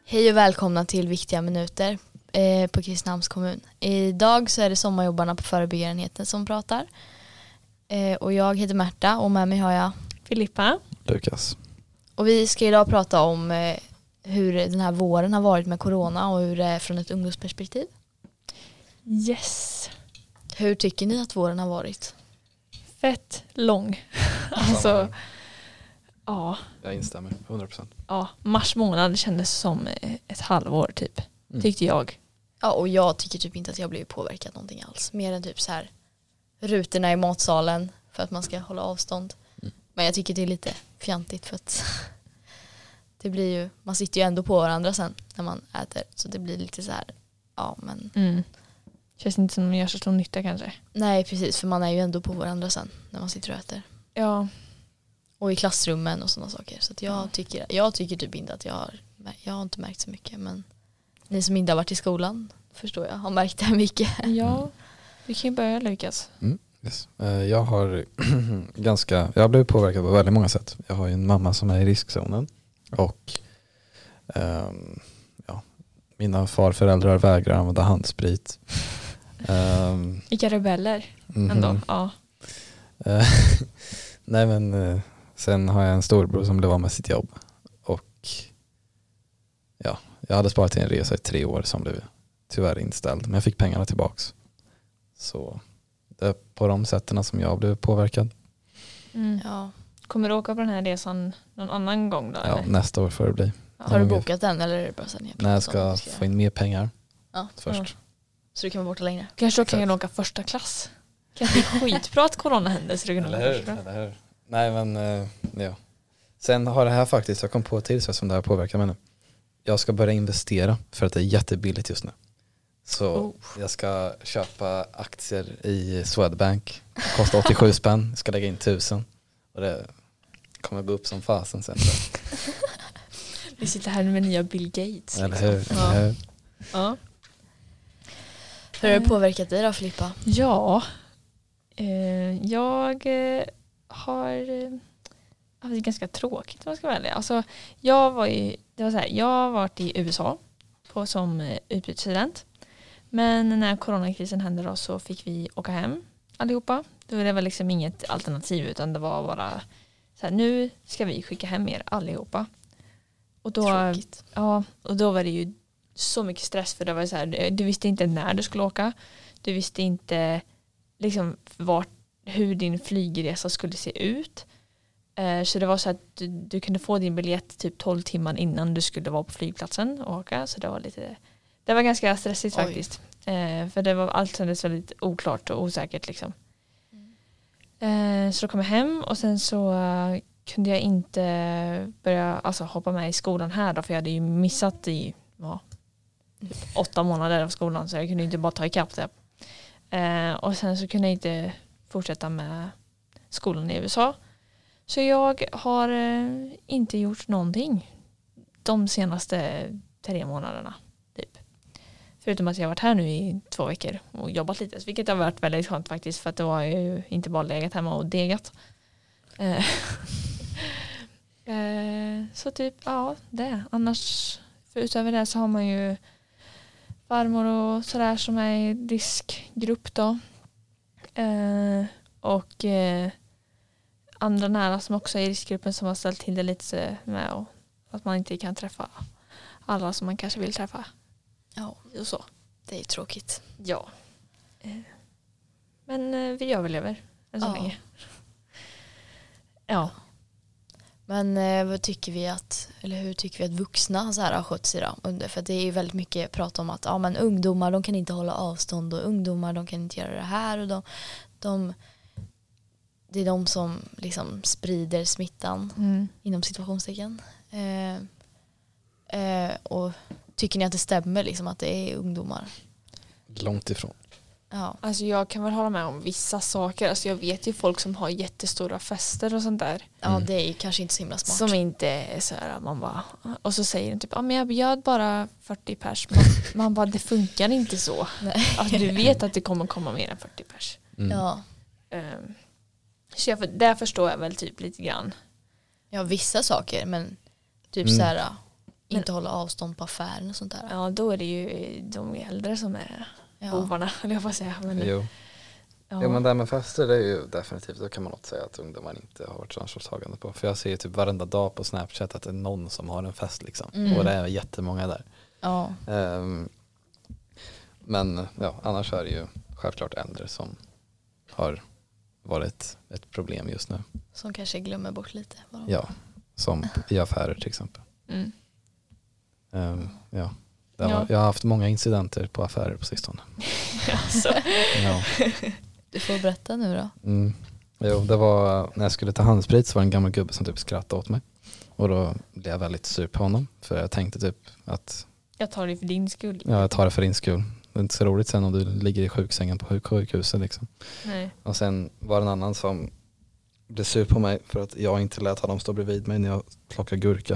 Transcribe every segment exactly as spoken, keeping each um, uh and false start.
Hej och välkomna till Viktiga minuter eh, på Kristinehamns kommun. Idag så är det sommarjobbarna på förebyggarenheten som pratar. Eh, och jag heter Märta och med mig har jag Filippa. Lukas. Och vi ska idag prata om eh, hur den här våren har varit med corona och hur det är från ett ungdomsperspektiv. Yes. Hur tycker ni att våren har varit? Fett lång. alltså, ja. Jag instämmer, hundra procent. Ja, mars månad kändes som ett halvår typ, mm. tyckte jag. Ja, och jag tycker typ inte att jag blivit påverkad någonting alls. Mer än typ så här rutorna i matsalen för att man ska hålla avstånd. Mm. Men jag tycker det är lite fjantigt för att det blir ju, man sitter ju ändå på varandra sen när man äter. Så det blir lite så här, ja men. Mm. Känns inte som att man gör så stor nytta kanske. Nej, precis, för man är ju ändå på varandra sen när man sitter och äter. Ja. Och i klassrummen och sådana saker. Så att jag, tycker, jag tycker typ inte att jag har, jag har inte märkt så mycket. Men ni som inte har varit i skolan, förstår jag, har märkt det här mycket. Ja, vi kan ju börja, Lukas. Mm, yes. Jag har ganska, jag har blivit påverkad på väldigt många sätt. Jag har ju en mamma som är i riskzonen. Och um, ja, mina farföräldrar vägrar använda handsprit. Um, Vilka rebeller mm-hmm. ändå, ja. Nej men uh, sen har jag en storbror som blev av med sitt jobb. Och ja, jag hade sparat till en resa i tre år som blev tyvärr inställd. Men jag fick pengarna tillbaks. Så det är på de sätten som jag blev påverkad. Mm. Ja. Kommer du åka på den här resan någon annan gång då? Ja, eller? nästa år får det bli. Ja. Har du bokat den eller är det bara sen? Nej, jag ska få in mer pengar ja. först. Ja. Så du kan vara borta längre? Kanske då kan jag åka första klass. Kanske det är skitbra att corona händer så du kan åka första. Eller hur? Nej men, uh, ja. Sen har det här faktiskt, jag kom på till så som det här påverkar mig nu. Jag ska börja investera för att det är jättebilligt just nu. Så oh. jag ska köpa aktier i Swedbank. Det kostar åttiosju spänn. Jag ska lägga in tusen. Och det kommer gå upp som fasen sen. Vi sitter här med nya Bill Gates. Eller hur? Liksom. Ja. Eller hur? Ja. Hur har det påverkat dig då, Filippa? Ja, eh, jag eh, har eh, haft det ganska tråkigt, vad ska jag välja. Alltså, jag var ju, det var så här, jag har varit i U S A på, som eh, utbytesstudent. Men när coronakrisen hände då så fick vi åka hem allihopa. Det var liksom inget alternativ utan det var bara så här, nu ska vi skicka hem er allihopa. Och då, Tråkigt. Ja, och då var det ju så mycket stress för det var så här, du visste inte när du skulle åka. Du visste inte liksom vart, hur din flygresa skulle se ut. Eh, så det var så att du, du kunde få din biljett typ tolv timmar innan du skulle vara på flygplatsen och åka. Så det var lite, det var ganska stressigt Oj. faktiskt. Eh, för det var allt kändes väldigt oklart och osäkert liksom. Mm. Eh, så då kom jag hem och sen så uh, kunde jag inte börja alltså, hoppa med i skolan här då, för jag hade ju missat i ja, åtta månader av skolan så jag kunde inte bara ta ikapp det. Eh, och sen så kunde jag inte fortsätta med skolan i U S A. Så jag har eh, inte gjort någonting de senaste tre månaderna typ. Förutom att jag har varit här nu i två veckor och jobbat lite. Vilket har varit väldigt skönt faktiskt för att det var ju inte bara legat hemma och degat. Eh, eh, så typ, ja det. Annars, för utöver det så har man ju farmor och sådär som är i riskgrupp då. Eh, och eh, andra nära som också är i riskgruppen som har ställt till det lite med och att man inte kan träffa alla som man kanske vill träffa. Ja, och så. Det är tråkigt. Ja. Eh, men eh, vi överlever än så ja. länge. Ja. Men eh, vad tycker vi att, eller hur tycker vi att vuxna så här har skött sig då under? För det är ju väldigt mycket prat om att ja, men ungdomar de kan inte hålla avstånd och ungdomar de kan inte göra det här och de, de det är de som liksom sprider smittan mm. inom situationstecken. Eh, eh, och tycker ni att det stämmer liksom att det är ungdomar? Långt ifrån. Ja. Alltså jag kan väl hålla med om vissa saker. Alltså jag vet ju folk som har jättestora fester och sånt där. Ja, mm. det är ju kanske inte så himla smart. Som inte är så här, man bara, och så säger de typ, ja men jag bjöd bara fyrtio pers. Man, man bara, det funkar inte så. Alltså, du vet att det kommer komma mer än fyrtio pers. Mm. Ja. Um, så jag, där förstår jag väl typ lite grann. Ja, vissa saker, men typ mm. så här, inte hålla avstånd på affären och sånt där. Ja, då är det ju de äldre som är Ja. bovarna, eller jag får säga. Men, Jo. ja. Ja, men det här med fester, det är ju definitivt, då kan man också säga att ungdomar inte har varit så ansvarstagande på. För jag ser ju typ varenda dag på Snapchat att det är någon som har en fest liksom. Mm. Och det är jättemånga där. Ja. Um, men ja, annars är det ju självklart äldre som har varit ett problem just nu. Som kanske glömmer bort lite. vad de- Ja, som i affärer till exempel. Mm. Um, ja. Det var, Ja. Jag har haft många incidenter på affärer på sistone. Alltså. Ja. Du får berätta nu då. Mm. Jo, det var när jag skulle ta handsprit så var det en gammal gubbe som typ skrattade åt mig. Och då blev jag väldigt sur på honom. För jag tänkte typ att Jag tar det för din skull. ja, jag tar det för din skull. Det är inte så roligt sen om du ligger i sjuksängen på sjuk- sjukhuset liksom. Nej. Och sen var det en annan som blev sur på mig för att jag inte lät honom stå bredvid mig när jag plockade gurka.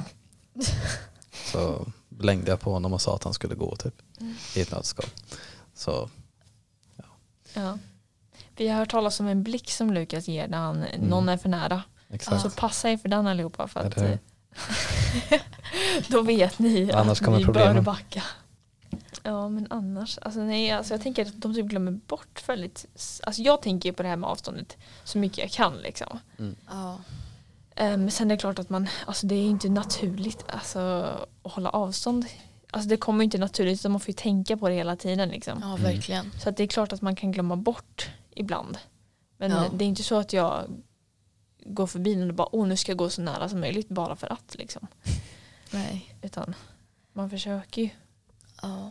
Så blängde jag på honom och sa att han skulle gå typ i ett nötskal. Så Ja. Vi har hört talas om en blick som Lukas ger när han, någon är för nära. exakt. Så passa er för den allihopa för att Eller hur? eh, då vet ni Annars att kommer ni bör problemen. backa. Ja, men annars, alltså nej, alltså jag tänker att de typ glömmer bort väldigt, alltså jag tänker på det här med avståndet så mycket jag kan liksom. Ja. Men um, sen är det klart att man, alltså det är inte naturligt alltså, att hålla avstånd. Alltså det kommer inte naturligt, så man får ju tänka på det hela tiden liksom. Ja, verkligen. Så att det är klart att man kan glömma bort ibland. Men Ja. det är inte så att jag går förbi och bara, åh nu ska jag gå så nära som möjligt bara för att liksom. Nej. Utan man försöker ju. Ja.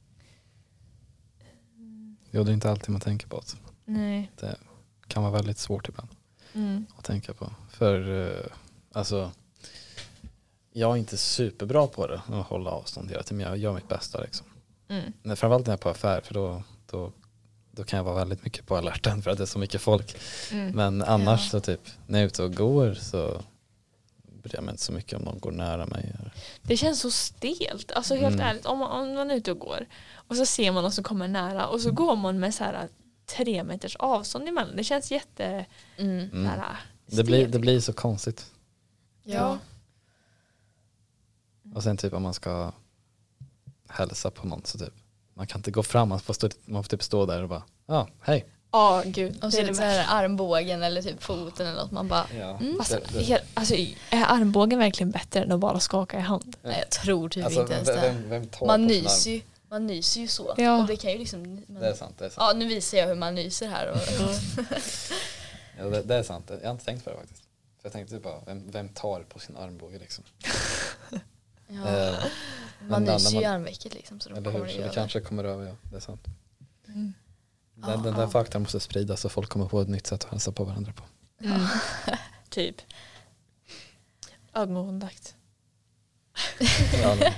Jo, det är inte alltid man tänker på det. Nej. Det kan vara väldigt svårt ibland Mm. att tänka på. För eh, alltså jag är inte superbra på det att hålla avstånd hela tiden, men jag gör mitt bästa liksom. Mm. Men framförallt när jag är på affär, för då, då, då kan jag vara väldigt mycket på alerten för att det är så mycket folk. Mm. Men annars Ja. så typ, när jag är ute och går så bryr jag mig inte så mycket om någon går nära mig. Det känns så stelt. Alltså helt Mm. ärligt, om man, om man är ute och går och så ser man någon som kommer nära och så går man med så här tre meters avstånd emellan. Det känns jätte Mm. Mm. så här, Det blir, stelt. det blir så konstigt. Ja. Och sen typ om man ska hälsa på någon så typ, man kan inte gå fram, man får, stå, man får typ stå där och bara, ja, ah, hej. Ja, gud. Och Det så är det så här armbågen eller typ foten eller något. Man bara, Ja. Mm. Fast, Det- det- helt- alltså, är armbågen verkligen bättre än att bara skaka i hand? nej, jag tror typ Alltså, inte ens vem, det. vem, vem tar Man på sin nyser arm? ju. Man nyser ju så. Ja. Och det kan ju liksom... Man, Det är sant, det är sant. ja, nu visar jag hur man nyser här. Och, Ja, det, det är sant, jag har inte tänkt på det faktiskt. För jag tänkte typ bara, vem, vem tar på sin armbåge liksom? ja. Eh, Man men nyser ju i man- armvecket liksom. Så då Eller kommer hur, det så ju det över. kanske kommer över, ja, det är sant. Mm. Den, Ja, den där ja. faktan måste spridas så folk kommer på ett nytt sätt att hälsa på varandra på. Mm. Typ. Ögonkontakt. Ja, men,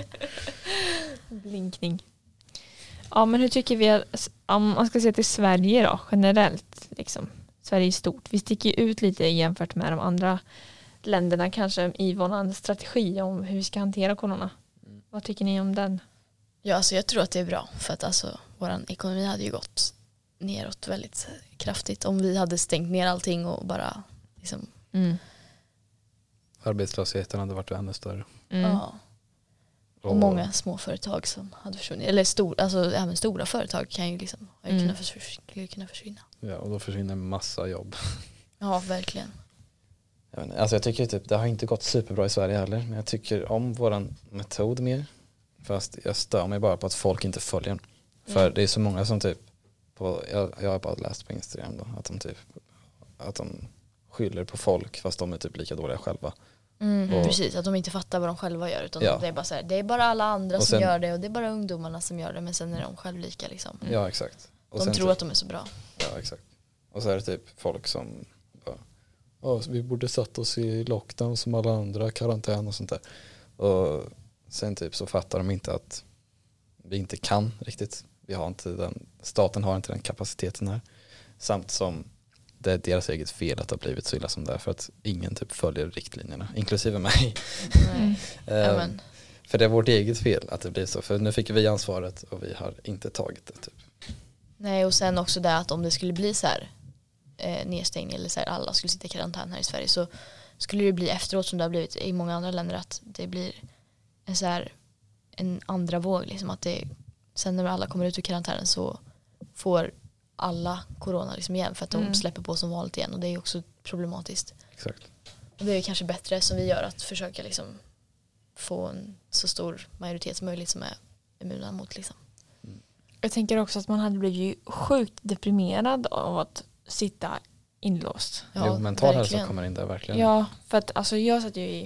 Blinkning. Ja, men hur tycker vi att, om man ska se till Sverige då, generellt, liksom, Sverige är stort. Vi sticker ut lite jämfört med de andra länderna kanske i vår strategi om hur vi ska hantera corona. Mm. Vad tycker ni om den? Ja, alltså jag tror att det är bra. För att alltså, vår ekonomi hade ju gått neråt väldigt kraftigt. Om vi hade stängt ner allting och bara liksom... Mm. arbetslösheten hade varit ännu större. Mm. Ja. Och många små företag som hade försvunnit. Eller stor, alltså, även stora företag kan ju liksom, har ju Mm. kunnat, förs- skulle kunna försvinna. Ja, och då försvinner massa jobb. Ja, verkligen. Jag vet inte, alltså jag tycker typ, det har inte gått superbra i Sverige heller. Men jag tycker om våran metod mer. Fast jag stör mig bara på att folk inte följer den. För Mm. det är så många som typ, på, jag, jag har bara läst på Instagram då, att de typ, att de skyller på folk fast de är typ lika dåliga själva. Mm, Och- precis, att de inte fattar vad de själva gör. Utan Ja. det, är bara så här, det är bara alla andra Och som sen- gör det och det är bara ungdomarna som gör det. Men sen är de själv lika liksom. Ja, exakt. Och De sen tror typ, att de är så bra. Ja, exakt. Och så är det typ folk som bara, "Ja, vi borde satt oss i lockdown som alla andra, karantän och sånt där. Och sen typ så fattar de inte att vi inte kan riktigt. Vi har inte den, staten har inte den kapaciteten här. Samt som det är deras eget fel att det har blivit så illa som det är för att ingen typ följer riktlinjerna, inklusive mig. Mm. Ja, Ehm, men, För det är vårt eget fel att det blir så. För nu fick vi ansvaret och vi har inte tagit det typ. nej, och sen också det att om det skulle bli så här eh, nedstängning eller så här, alla skulle sitta i karantän här i Sverige så skulle det bli efteråt som det har blivit i många andra länder att det blir en, så här, en andra våg. Liksom, att det, sen när alla kommer ut ur karantänen så får alla corona liksom igen för att de Mm. släpper på som vanligt igen och det är också problematiskt. Exakt. Och det är kanske bättre som vi gör att försöka liksom få en så stor majoritet som möjligt som är immuna mot liksom. Jag tänker också att man hade blivit sjukt deprimerad av att sitta inlåst. Ja, jo, mental verkligen. hälsa kommer in där verkligen. Ja, för att alltså jag satt ju i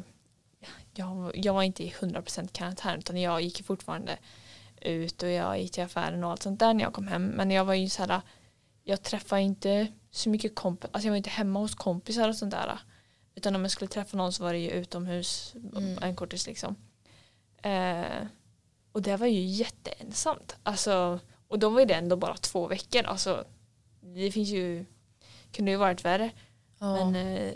jag, jag var inte i hundra procent karantän utan jag gick ju fortfarande ut och jag gick till affären och allt sånt där när jag kom hem. Men jag var ju så här, jag träffade inte så mycket kompisar, alltså jag var inte hemma hos kompisar och sånt där. Utan om jag skulle träffa någon så var det ju utomhus Mm. en kortis liksom. Eh, och det var ju jätteensamt. Alltså, och då var det ändå bara två veckor. Alltså, det finns ju, kunde ju varit värre. Ja. Men eh,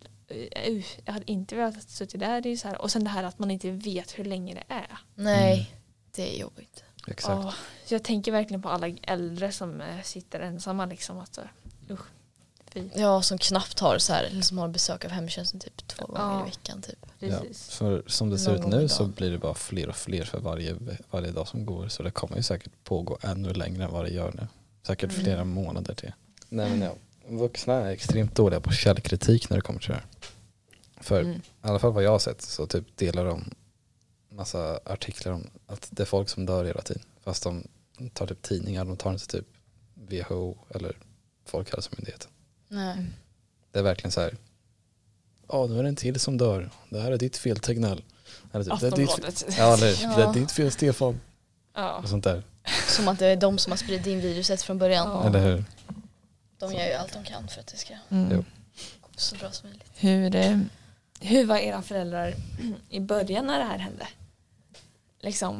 uh, jag hade inte velat sitta där. Det är så här. Och sen det här att man inte vet hur länge det är. Nej, Mm. det är jobbigt. Exakt. Åh, så jag tänker verkligen på alla äldre som eh, sitter ensamma. Liksom, att, usch, fy. Ja, som knappt har så här, eller som har besök av hemtjänsten typ två gånger Ja. i veckan typ. Ja, Precis. för som det ser Någon ut gång nu om så dagen. blir det bara fler och fler för varje, varje dag som går. Så det kommer ju säkert pågå ännu längre än vad det gör nu. Säkert Mm. flera månader till. Nej men ja, vuxna är extremt dåliga på källkritik när det kommer till det här. För Mm. i alla fall vad jag har sett så typ delar de massa artiklar om att det är folk som dör hela tiden. Fast de tar typ tidningar, de tar inte typ W H O eller Folkhälsomyndigheten. Nej. Det är verkligen så här. Ja, nu är det en till som dör. Det här är ditt fel, Tegnell. Eller typ, det är ditt, Aftonbladet. ja, eller, Ja. det är ditt fel, Stefan. Ja. Och sånt där. Som att det är de som har spridit in viruset från början. Ja. Eller hur? De gör ju allt de kan för att det ska Mm. Jo. gå så bra som möjligt. Hur, eh, hur var era föräldrar i början när det här hände? Liksom,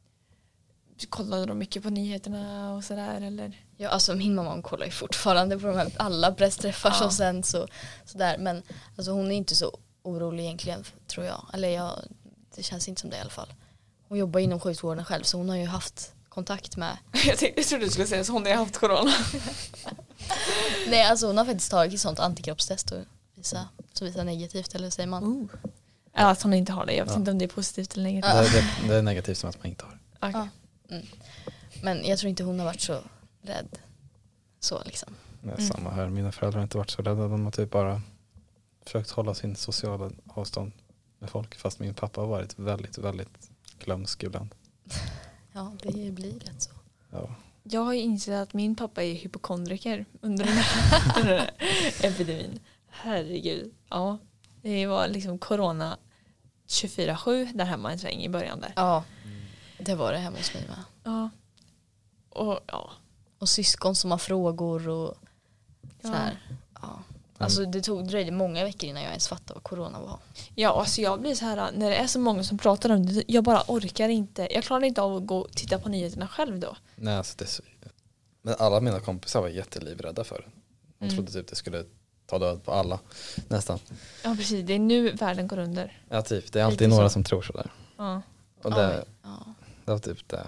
kollade de mycket på nyheterna och sådär eller? Ja, alltså min mamma hon kollar ju fortfarande på de här alla pressträffar Ja. som sen så, så där. Men alltså, hon är inte så orolig egentligen tror jag. Eller jag, det känns inte som det i alla fall. Hon jobbar inom sjukvården själv så hon har ju haft kontakt med. Jag, tänkte, jag trodde du skulle säga att hon har haft corona. Nej, alltså hon har faktiskt tagit ett sånt antikroppstest och visa, så visar negativt eller säger man. Oh. Ja, att hon inte har det. Jag vet Ja. inte om det är positivt eller negativt. Ja. Det, det, det är negativt som att man inte har. Okej. Ja. Mm. Men jag tror inte hon har varit så rädd. Så liksom. Det är Mm. samma här. Mina föräldrar har inte varit så rädda. De har typ bara försökt hålla sin sociala avstånd med folk. Fast min pappa har varit väldigt, väldigt glömsk ibland. Ja, det blir rätt så. Ja. Jag har ju insett att min pappa är hypokondriker under den här, den här epidemin. Herregud. Ja, det var liksom corona tjugofyra sju där hemma en sväng i början där. Ja, det var det hemma hos mig med. Ja. Och ja. Och syskon som har frågor och så här. Ja. Alltså det tog dröjde många veckor innan jag ens fattade vad corona var. Ja, alltså jag blir så här när det är så många som pratar om det, jag bara orkar inte. Jag klarar inte av att gå och titta på nyheterna själv då. Nej, alltså det är så... Men alla mina kompisar var jättelivrädda för det. De Mm. trodde typ det skulle ta död på alla. Nästan. Ja, precis. Det är nu världen går under. Ja, typ. Det är alltid Lite några så. som tror sådär. Ja. Och det, Oj, ja. det var typ det.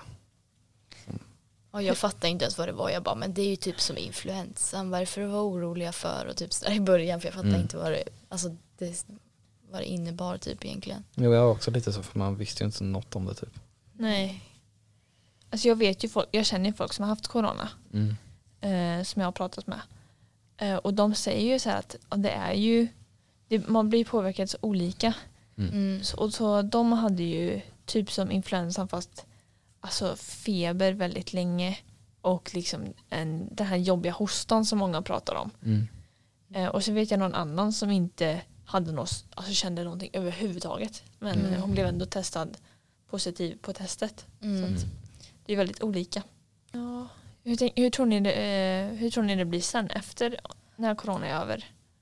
Och jag fattade inte ens vad det var. Jag bara, men det är ju typ som influensan. Varför var oroliga för? Och typ så där i början. För jag fattade Mm. inte vad det, alltså det, vad det innebar typ egentligen. Jo, jag var också lite så för man visste ju inte något om det typ. Nej. Alltså jag vet ju folk, jag känner ju folk som har haft corona. Mm. Eh, som jag har pratat med. Eh, och de säger ju så här att ja, det är ju det, man blir påverkad så olika. Mm. Mm. Så, och så de hade ju typ som influensan fast alltså feber väldigt länge och liksom en, den här jobbiga hostan som många pratar om. Mm. Eh, och så vet jag någon annan som inte hade något, alltså kände någonting överhuvudtaget. Men Mm. eh, hon blev ändå testad positiv på testet. Mm. Så att det är väldigt olika. Ja. Hur, tänk, hur, tror ni det, eh, hur tror ni det blir sen efter när corona är över?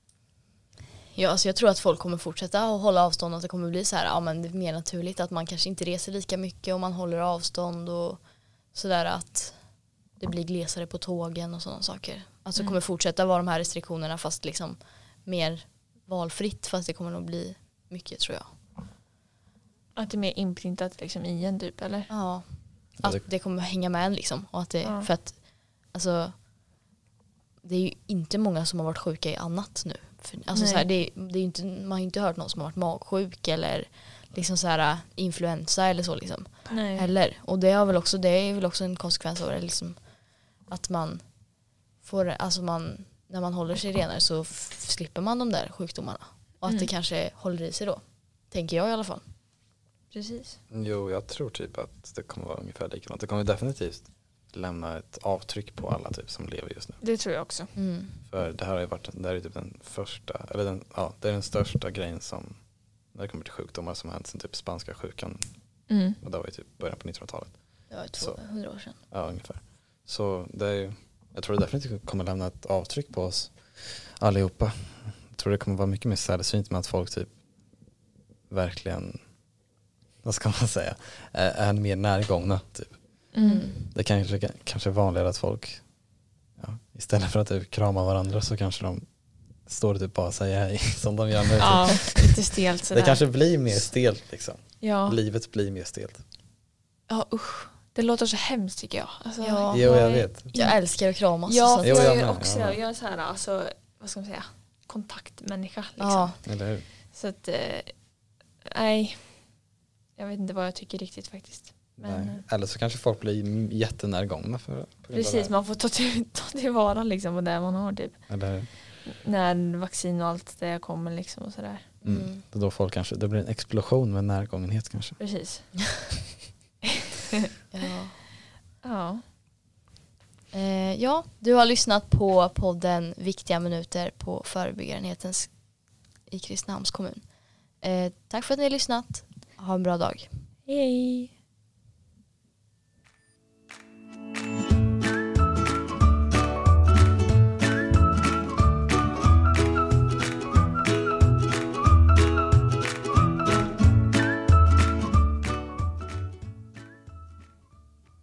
Ja, alltså jag tror att folk kommer fortsätta att hålla avstånd och att det kommer bli så här, ja men det är mer naturligt att man kanske inte reser lika mycket om man håller avstånd och sådär att det blir glesare på tågen och sådana saker. Alltså Mm. kommer fortsätta vara de här restriktionerna fast liksom mer valfritt fast det kommer nog bli mycket tror jag. Att det är mer inprintat liksom i en typ eller? Ja, Ja, att det- det kommer hänga med en liksom och att det, Ja. för att alltså det är ju inte många som har varit sjuka i annat nu. För, alltså Nej. så här, det, är- det är ju inte, man har ju inte hört någon som har varit magsjuk eller liksom så här influensa eller så liksom. Nej. Heller. Och det har väl också det är väl också en konsekvens av det liksom att man får alltså man när man håller sig renare så f- slipper man de där sjukdomarna och att Mm. det kanske håller i sig då. Tänker jag i alla fall. Precis. Jo, jag tror typ att det kommer vara ungefär likadant. Det kommer definitivt lämna ett avtryck på alla typ som lever just nu. Det tror jag också. Mm. För det här har ju varit, det här är typ den första, eller den, ja, det är den största grejen som, när det kommer till sjukdomar som har hänt sen typ spanska sjukan. Mm. Och det var ju typ början på nittonhundratalet. Det var Så. tvåhundra år sedan. Ja, ungefär. Så det är ju, jag tror det definitivt kommer lämna ett avtryck på oss allihopa. Jag tror det kommer vara mycket mer sällsynt med att folk typ verkligen, vad ska man säga, är mer närgångna typ. Mm. Det kanske, kanske är vanligare att folk, ja, istället för att typ krama varandra så kanske de står typ bara och säger hej som de gör nu. Ja, lite stelt sådär. Det kanske blir mer stelt liksom. Ja. Livet blir mer stelt. Ja, usch. Det låter så hemskt tycker jag. Alltså, Ja. Jo, jag vet. Jag älskar att kramas. Ja, så för att, Jo, jag jag är med, också jag det. med. Jag är så här, alltså, vad ska man säga, kontaktmänniska. Liksom. ja. Eller hur? Så att, eh, nej. Jag vet inte vad jag tycker riktigt faktiskt. Men, Nej. eh, Eller så kanske folk blir jättenärgångna för, på grund av precis, det här. man får ta till, ta tillvara liksom på det man har typ. Eller hur? När vaccin och allt det kommer liksom och sådär. Mm. Mm. Det är då folk kanske, det blir en explosion med närgångenhet kanske. Precis. Ja. Ja. Eh, ja, du har lyssnat på podden Viktiga minuter på förebyggarenhetens i Kristinehamns kommun. Eh, tack för att ni har lyssnat. Ha en bra dag. Hej.